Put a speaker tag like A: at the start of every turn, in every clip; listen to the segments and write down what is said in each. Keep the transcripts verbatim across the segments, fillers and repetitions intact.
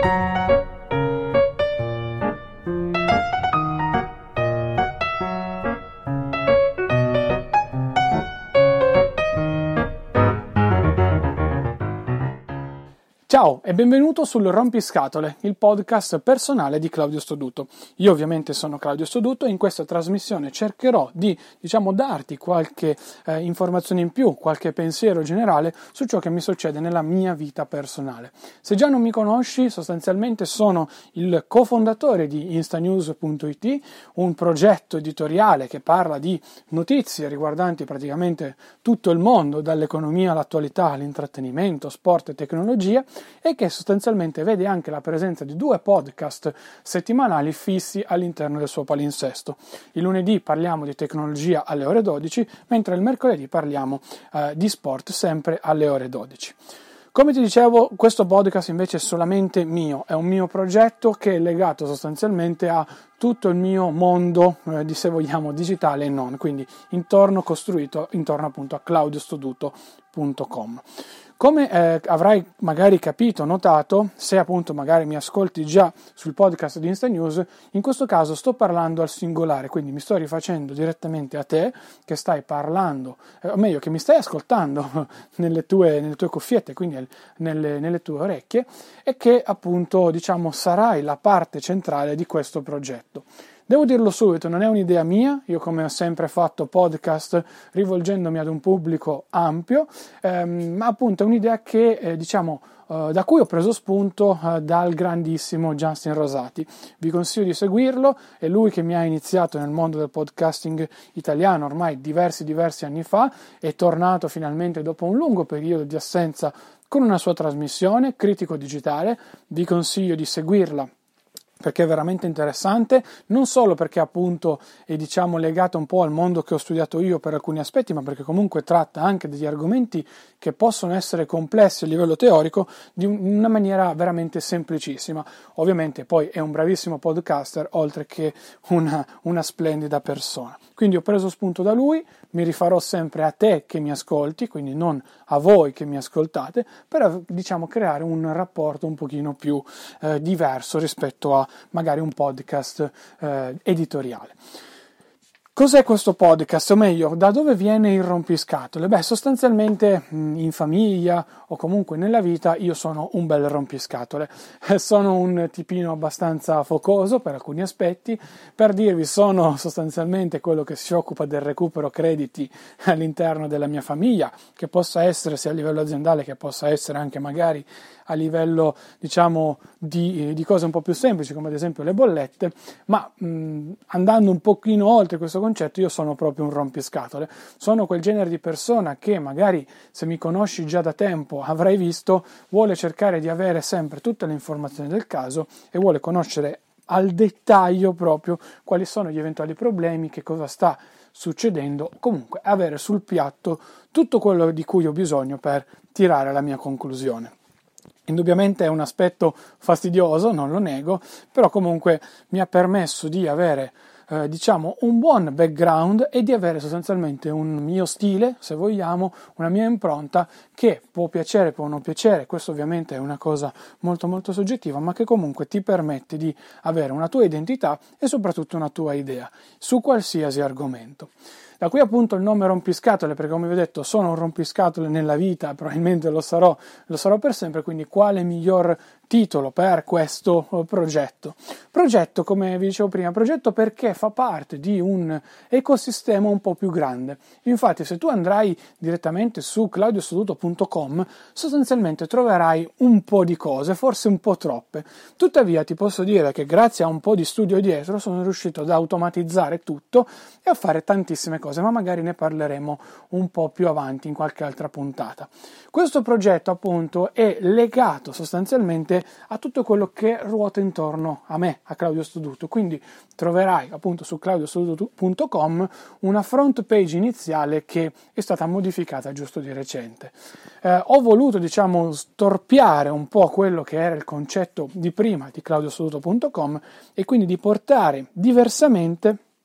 A: Ciao e benvenuto sul Rompiscatole, il podcast personale di Claudio Stoduto. Io ovviamente sono Claudio Stoduto e in questa trasmissione cercherò di, diciamo, darti qualche eh, informazione in più, qualche pensiero generale su ciò che mi succede nella mia vita personale. Se già non mi conosci, sostanzialmente sono il cofondatore di instanews punto it, un progetto editoriale che parla di notizie riguardanti praticamente tutto il mondo, dall'economia all'attualità, all'intrattenimento, sport e tecnologia, e che sostanzialmente vede anche la presenza di due podcast settimanali fissi all'interno del suo palinsesto. Il lunedì parliamo di tecnologia alle ore dodici, mentre il mercoledì parliamo eh, di sport sempre alle ore dodici. Come ti dicevo, questo podcast invece è solamente mio, è un mio progetto che è legato sostanzialmente a tutto il mio mondo, eh, di se vogliamo, digitale e non, quindi intorno, costruito intorno appunto a claudio stoduto punto com. Come eh, avrai magari capito, notato, se appunto magari mi ascolti già sul podcast di Instanews, in questo caso sto parlando al singolare, quindi mi sto rifacendo direttamente a te che stai parlando, eh, o meglio che mi stai ascoltando nelle tue, nelle tue cuffiette, quindi nelle, nelle tue orecchie, e che appunto diciamo sarai la parte centrale di questo progetto. Devo dirlo subito, non è un'idea mia, io come ho sempre fatto podcast rivolgendomi ad un pubblico ampio, ehm, ma appunto è un'idea che eh, diciamo eh, da cui ho preso spunto eh, dal grandissimo Justin Rosati. Vi consiglio di seguirlo, è lui che mi ha iniziato nel mondo del podcasting italiano ormai diversi diversi anni fa, è tornato finalmente dopo un lungo periodo di assenza con una sua trasmissione, Critico Digitale. Vi consiglio di seguirla perché è veramente interessante, non solo perché appunto è diciamo legato un po' al mondo che ho studiato io per alcuni aspetti, ma perché comunque tratta anche degli argomenti che possono essere complessi a livello teorico di una maniera veramente semplicissima. Ovviamente poi è un bravissimo podcaster, oltre che una, una splendida persona. Quindi ho preso spunto da lui, mi rifarò sempre a te che mi ascolti, quindi non a voi che mi ascoltate, per diciamo creare un rapporto un pochino più eh, diverso rispetto a magari un podcast eh, editoriale. Cos'è questo podcast? O meglio, da dove viene il rompiscatole? Beh, sostanzialmente in famiglia o comunque nella vita io sono un bel rompiscatole. Sono un tipino abbastanza focoso per alcuni aspetti. Per dirvi, sono sostanzialmente quello che si occupa del recupero crediti all'interno della mia famiglia, che possa essere sia a livello aziendale che possa essere anche magari a livello diciamo di, di cose un po' più semplici come ad esempio le bollette, ma mh, andando un pochino oltre questo concetto io sono proprio un rompiscatole, sono quel genere di persona che magari se mi conosci già da tempo avrai visto, vuole cercare di avere sempre tutte le informazioni del caso e vuole conoscere al dettaglio proprio quali sono gli eventuali problemi, che cosa sta succedendo, comunque avere sul piatto tutto quello di cui ho bisogno per tirare la mia conclusione. Indubbiamente è un aspetto fastidioso, non lo nego, però comunque mi ha permesso di avere eh, diciamo un buon background e di avere sostanzialmente un mio stile, se vogliamo, una mia impronta che può piacere, può non piacere, questo ovviamente è una cosa molto molto soggettiva, ma che comunque ti permette di avere una tua identità e soprattutto una tua idea su qualsiasi argomento. Da qui appunto il nome rompiscatole, perché come vi ho detto sono un rompiscatole nella vita, probabilmente lo sarò, lo sarò per sempre, quindi quale miglior titolo per questo progetto? Progetto, come vi dicevo prima, progetto perché fa parte di un ecosistema un po' più grande. Infatti se tu andrai direttamente su claudio stoduto punto com sostanzialmente troverai un po' di cose, forse un po' troppe. Tuttavia ti posso dire che grazie a un po' di studio dietro sono riuscito ad automatizzare tutto e a fare tantissime cose, ma magari ne parleremo un po' più avanti in qualche altra puntata. Questo progetto appunto è legato sostanzialmente a tutto quello che ruota intorno a me, a Claudio Stoduto, quindi troverai appunto su claudio stoduto punto com una front page iniziale che è stata modificata giusto di recente. Eh, ho voluto diciamo storpiare un po' quello che era il concetto di prima di claudio stoduto punto com e quindi di portare diversamente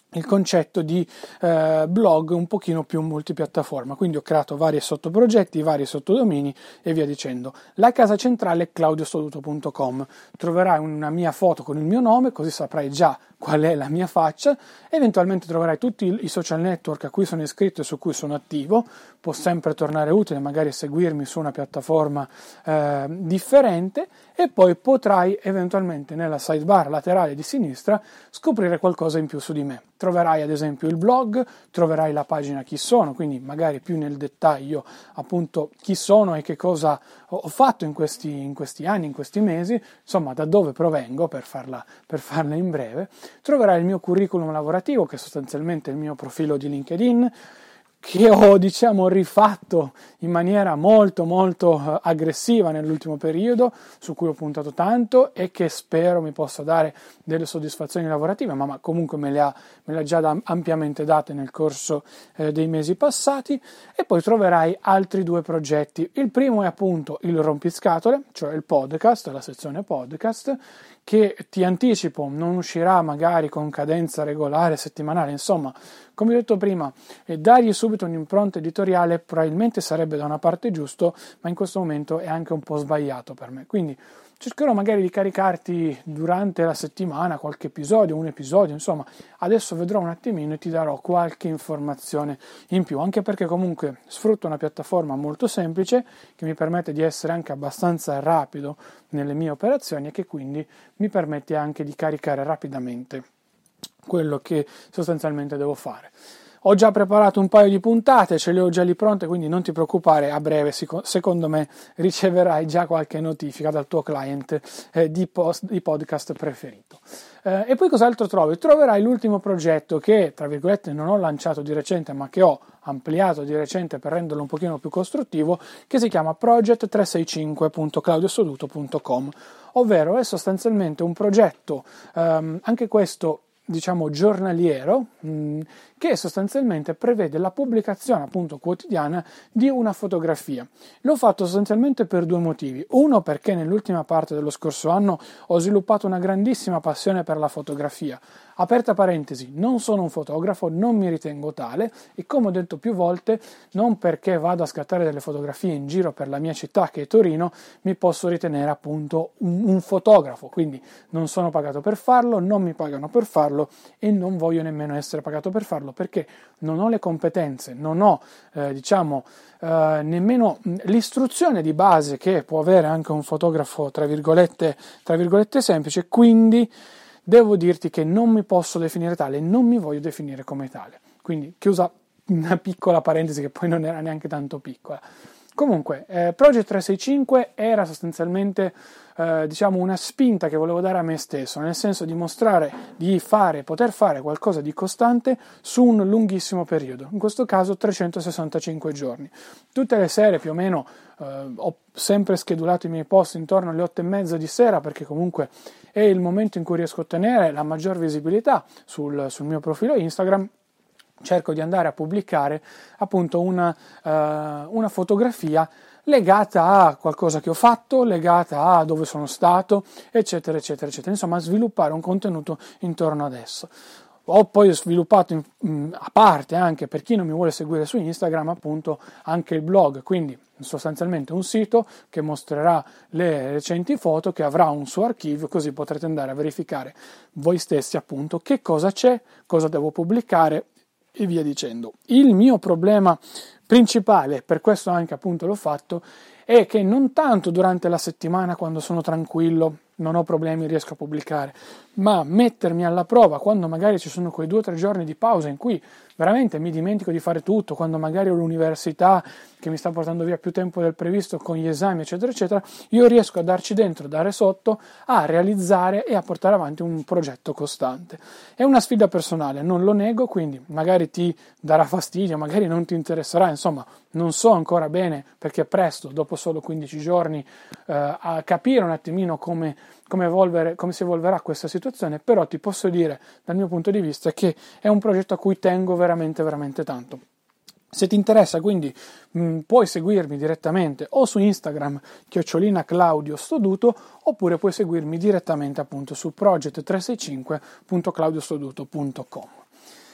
A: il concetto di eh, blog un pochino più multipiattaforma, quindi ho creato vari sottoprogetti, vari sottodomini e via dicendo. La casa centrale è claudio stoduto punto com, troverai una mia foto con il mio nome, così saprai già qual è la mia faccia, eventualmente troverai tutti i social network a cui sono iscritto e su cui sono attivo, può sempre tornare utile magari seguirmi su una piattaforma eh, differente, e poi potrai eventualmente nella sidebar laterale di sinistra scoprire qualcosa in più su di me. Troverai ad esempio il blog, troverai la pagina chi sono, quindi magari più nel dettaglio appunto chi sono e che cosa ho fatto in questi, in questi anni, in questi mesi, insomma da dove provengo per farla, per farla in breve. Troverai il mio curriculum lavorativo, che è sostanzialmente il mio profilo di LinkedIn, che ho diciamo rifatto in maniera molto molto aggressiva nell'ultimo periodo, su cui ho puntato tanto e che spero mi possa dare delle soddisfazioni lavorative, ma, ma comunque me le ha, me le ha già da, ampiamente date nel corso eh, dei mesi passati. E poi troverai altri due progetti. Il primo è appunto il rompiscatole, cioè il podcast, la sezione podcast, che ti anticipo non uscirà magari con cadenza regolare, settimanale, insomma, come ho detto prima, eh, dargli subito un'impronta editoriale probabilmente sarebbe da una parte giusto, ma in questo momento è anche un po' sbagliato per me, quindi cercherò magari di caricarti durante la settimana qualche episodio, un episodio, insomma, adesso vedrò un attimino e ti darò qualche informazione in più, anche perché comunque sfrutto una piattaforma molto semplice che mi permette di essere anche abbastanza rapido nelle mie operazioni e che quindi mi permette anche di caricare rapidamente quello che sostanzialmente devo fare. Ho già preparato un paio di puntate, ce le ho già lì pronte, quindi non ti preoccupare, a breve secondo me riceverai già qualche notifica dal tuo client eh, di, post, di podcast preferito. Eh, e poi cos'altro trovi? Troverai l'ultimo progetto che, tra virgolette, non ho lanciato di recente, ma che ho ampliato di recente per renderlo un pochino più costruttivo, che si chiama project trecentosessantacinque punto claudio stoduto punto com, ovvero è sostanzialmente un progetto, ehm, anche questo diciamo giornaliero, mh, che sostanzialmente prevede la pubblicazione appunto quotidiana di una fotografia. L'ho fatto sostanzialmente per due motivi. Uno, perché nell'ultima parte dello scorso anno ho sviluppato una grandissima passione per la fotografia. Aperta parentesi, non sono un fotografo, non mi ritengo tale e come ho detto più volte, non perché vado a scattare delle fotografie in giro per la mia città che è Torino, mi posso ritenere appunto un, un fotografo, quindi non sono pagato per farlo, non mi pagano per farlo e non voglio nemmeno essere pagato per farlo perché non ho le competenze, non ho eh, diciamo eh, nemmeno l'istruzione di base che può avere anche un fotografo tra virgolette, tra virgolette semplice, quindi devo dirti che non mi posso definire tale e non mi voglio definire come tale. Quindi chiusa una piccola parentesi che poi non era neanche tanto piccola. Comunque, eh, Project trecentosessantacinque era sostanzialmente eh, diciamo una spinta che volevo dare a me stesso, nel senso di mostrare, di fare, poter fare qualcosa di costante su un lunghissimo periodo, in questo caso trecentosessantacinque giorni. Tutte le sere più o meno eh, ho sempre schedulato i miei post intorno alle otto e mezza di sera perché comunque è il momento in cui riesco a ottenere la maggior visibilità sul, sul mio profilo Instagram. Cerco di andare a pubblicare appunto una, uh, una fotografia legata a qualcosa che ho fatto, legata a dove sono stato, eccetera, eccetera, eccetera. Insomma, sviluppare un contenuto intorno ad esso. Ho poi sviluppato in, in, a parte anche per chi non mi vuole seguire su Instagram appunto anche il blog, quindi sostanzialmente un sito che mostrerà le recenti foto, che avrà un suo archivio, così potrete andare a verificare voi stessi appunto che cosa c'è, cosa devo pubblicare e via dicendo. Il mio problema principale, per questo anche appunto l'ho fatto, è che non tanto durante la settimana quando sono tranquillo, non ho problemi, riesco a pubblicare, ma mettermi alla prova quando magari ci sono quei due o tre giorni di pausa in cui veramente mi dimentico di fare tutto, quando magari ho l'università che mi sta portando via più tempo del previsto con gli esami eccetera eccetera, io riesco a darci dentro, dare sotto, a realizzare e a portare avanti un progetto costante. È una sfida personale, non lo nego, quindi magari ti darà fastidio, magari non ti interesserà, insomma non so ancora bene perché è presto, dopo solo quindici giorni eh, a capire un attimino come Come, evolvere, come si evolverà questa situazione, però ti posso dire dal mio punto di vista che è un progetto a cui tengo veramente veramente tanto. Se ti interessa quindi mh, puoi seguirmi direttamente o su Instagram chiocciolina Claudio Stoduto oppure puoi seguirmi direttamente appunto su project trecentosessantacinque punto claudio stoduto punto com.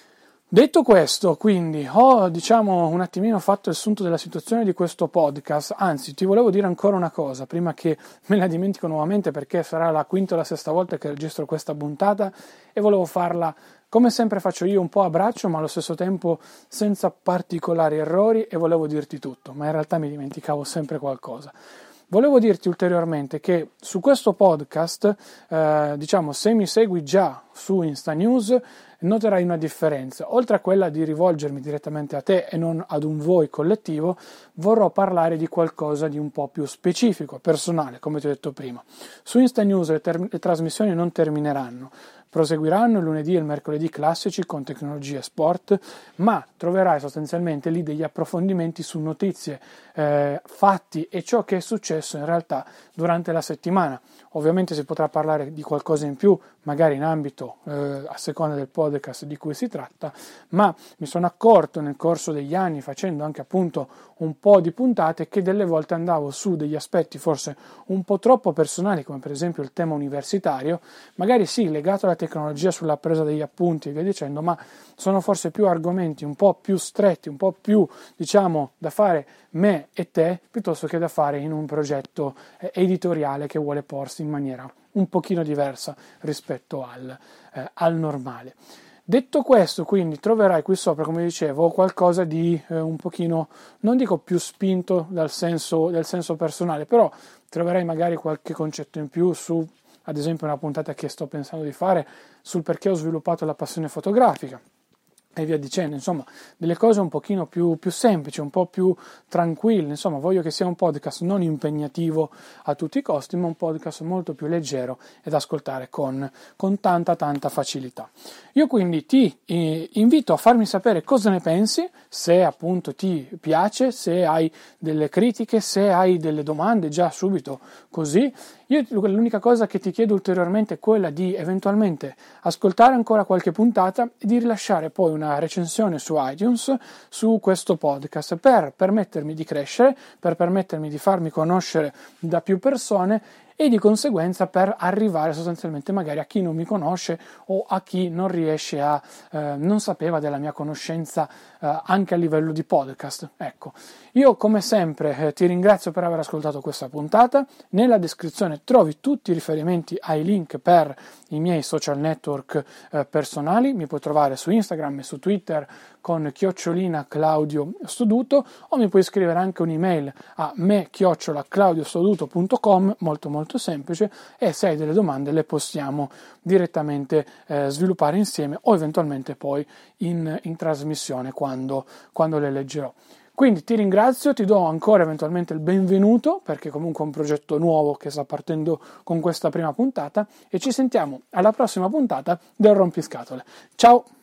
A: Detto questo, quindi, ho diciamo un attimino fatto il sunto della situazione di questo podcast, anzi ti volevo dire ancora una cosa, prima che me la dimentico nuovamente, perché sarà la quinta o la sesta volta che registro questa puntata e volevo farla come sempre faccio io, un po' a braccio, ma allo stesso tempo senza particolari errori, e volevo dirti tutto, ma in realtà mi dimenticavo sempre qualcosa. Volevo dirti ulteriormente che su questo podcast, eh, diciamo, se mi segui già su Insta News, noterai una differenza. Oltre a quella di rivolgermi direttamente a te e non ad un voi collettivo, vorrò parlare di qualcosa di un po' più specifico, personale, come ti ho detto prima. Su Insta News le, ter- le trasmissioni non termineranno. Proseguiranno il lunedì e il mercoledì classici con tecnologia e sport, ma troverai sostanzialmente lì degli approfondimenti su notizie, eh, fatti e ciò che è successo in realtà durante la settimana. Ovviamente si potrà parlare di qualcosa in più, magari in ambito, eh, a seconda del podcast di cui si tratta, ma mi sono accorto nel corso degli anni, facendo anche appunto un po' di puntate, che delle volte andavo su degli aspetti forse un po' troppo personali, come per esempio il tema universitario, magari sì, legato alla tecnologia sulla presa degli appunti e via dicendo, ma sono forse più argomenti un po' più stretti, un po' più, diciamo, da fare me e te, piuttosto che da fare in un progetto eh, editoriale che vuole porsi in maniera un pochino diversa rispetto al, eh, al normale. Detto questo, quindi, troverai qui sopra, come dicevo, qualcosa di eh, un pochino, non dico più spinto dal senso, dal senso personale, però troverai magari qualche concetto in più su, ad esempio, una puntata che sto pensando di fare sul perché ho sviluppato la passione fotografica e via dicendo, insomma, delle cose un pochino più, più semplici, un po' più tranquille, insomma, voglio che sia un podcast non impegnativo a tutti i costi, ma un podcast molto più leggero ed ascoltare con, con tanta tanta facilità. Io quindi ti eh, invito a farmi sapere cosa ne pensi, se appunto ti piace, se hai delle critiche, se hai delle domande già subito così. Io l'unica cosa che ti chiedo ulteriormente è quella di eventualmente ascoltare ancora qualche puntata e di rilasciare poi una recensione su iTunes su questo podcast per permettermi di crescere, per permettermi di farmi conoscere da più persone e di conseguenza per arrivare sostanzialmente magari a chi non mi conosce o a chi non riesce a eh, non sapeva della mia conoscenza eh, anche a livello di podcast. Ecco, io come sempre eh, ti ringrazio per aver ascoltato questa puntata. Nella descrizione trovi tutti i riferimenti ai link per i miei social network eh, personali, mi puoi trovare su Instagram e su Twitter con chiocciolina Claudio Stoduto, o mi puoi scrivere anche un'email a me chiocciola claudiostoduto punto com, molto molto semplice, e se hai delle domande le possiamo direttamente eh, sviluppare insieme o eventualmente poi in, in trasmissione quando, quando le leggerò. Quindi ti ringrazio, ti do ancora eventualmente il benvenuto, perché comunque è un progetto nuovo che sta partendo con questa prima puntata, e ci sentiamo alla prossima puntata del Rompiscatole. Ciao!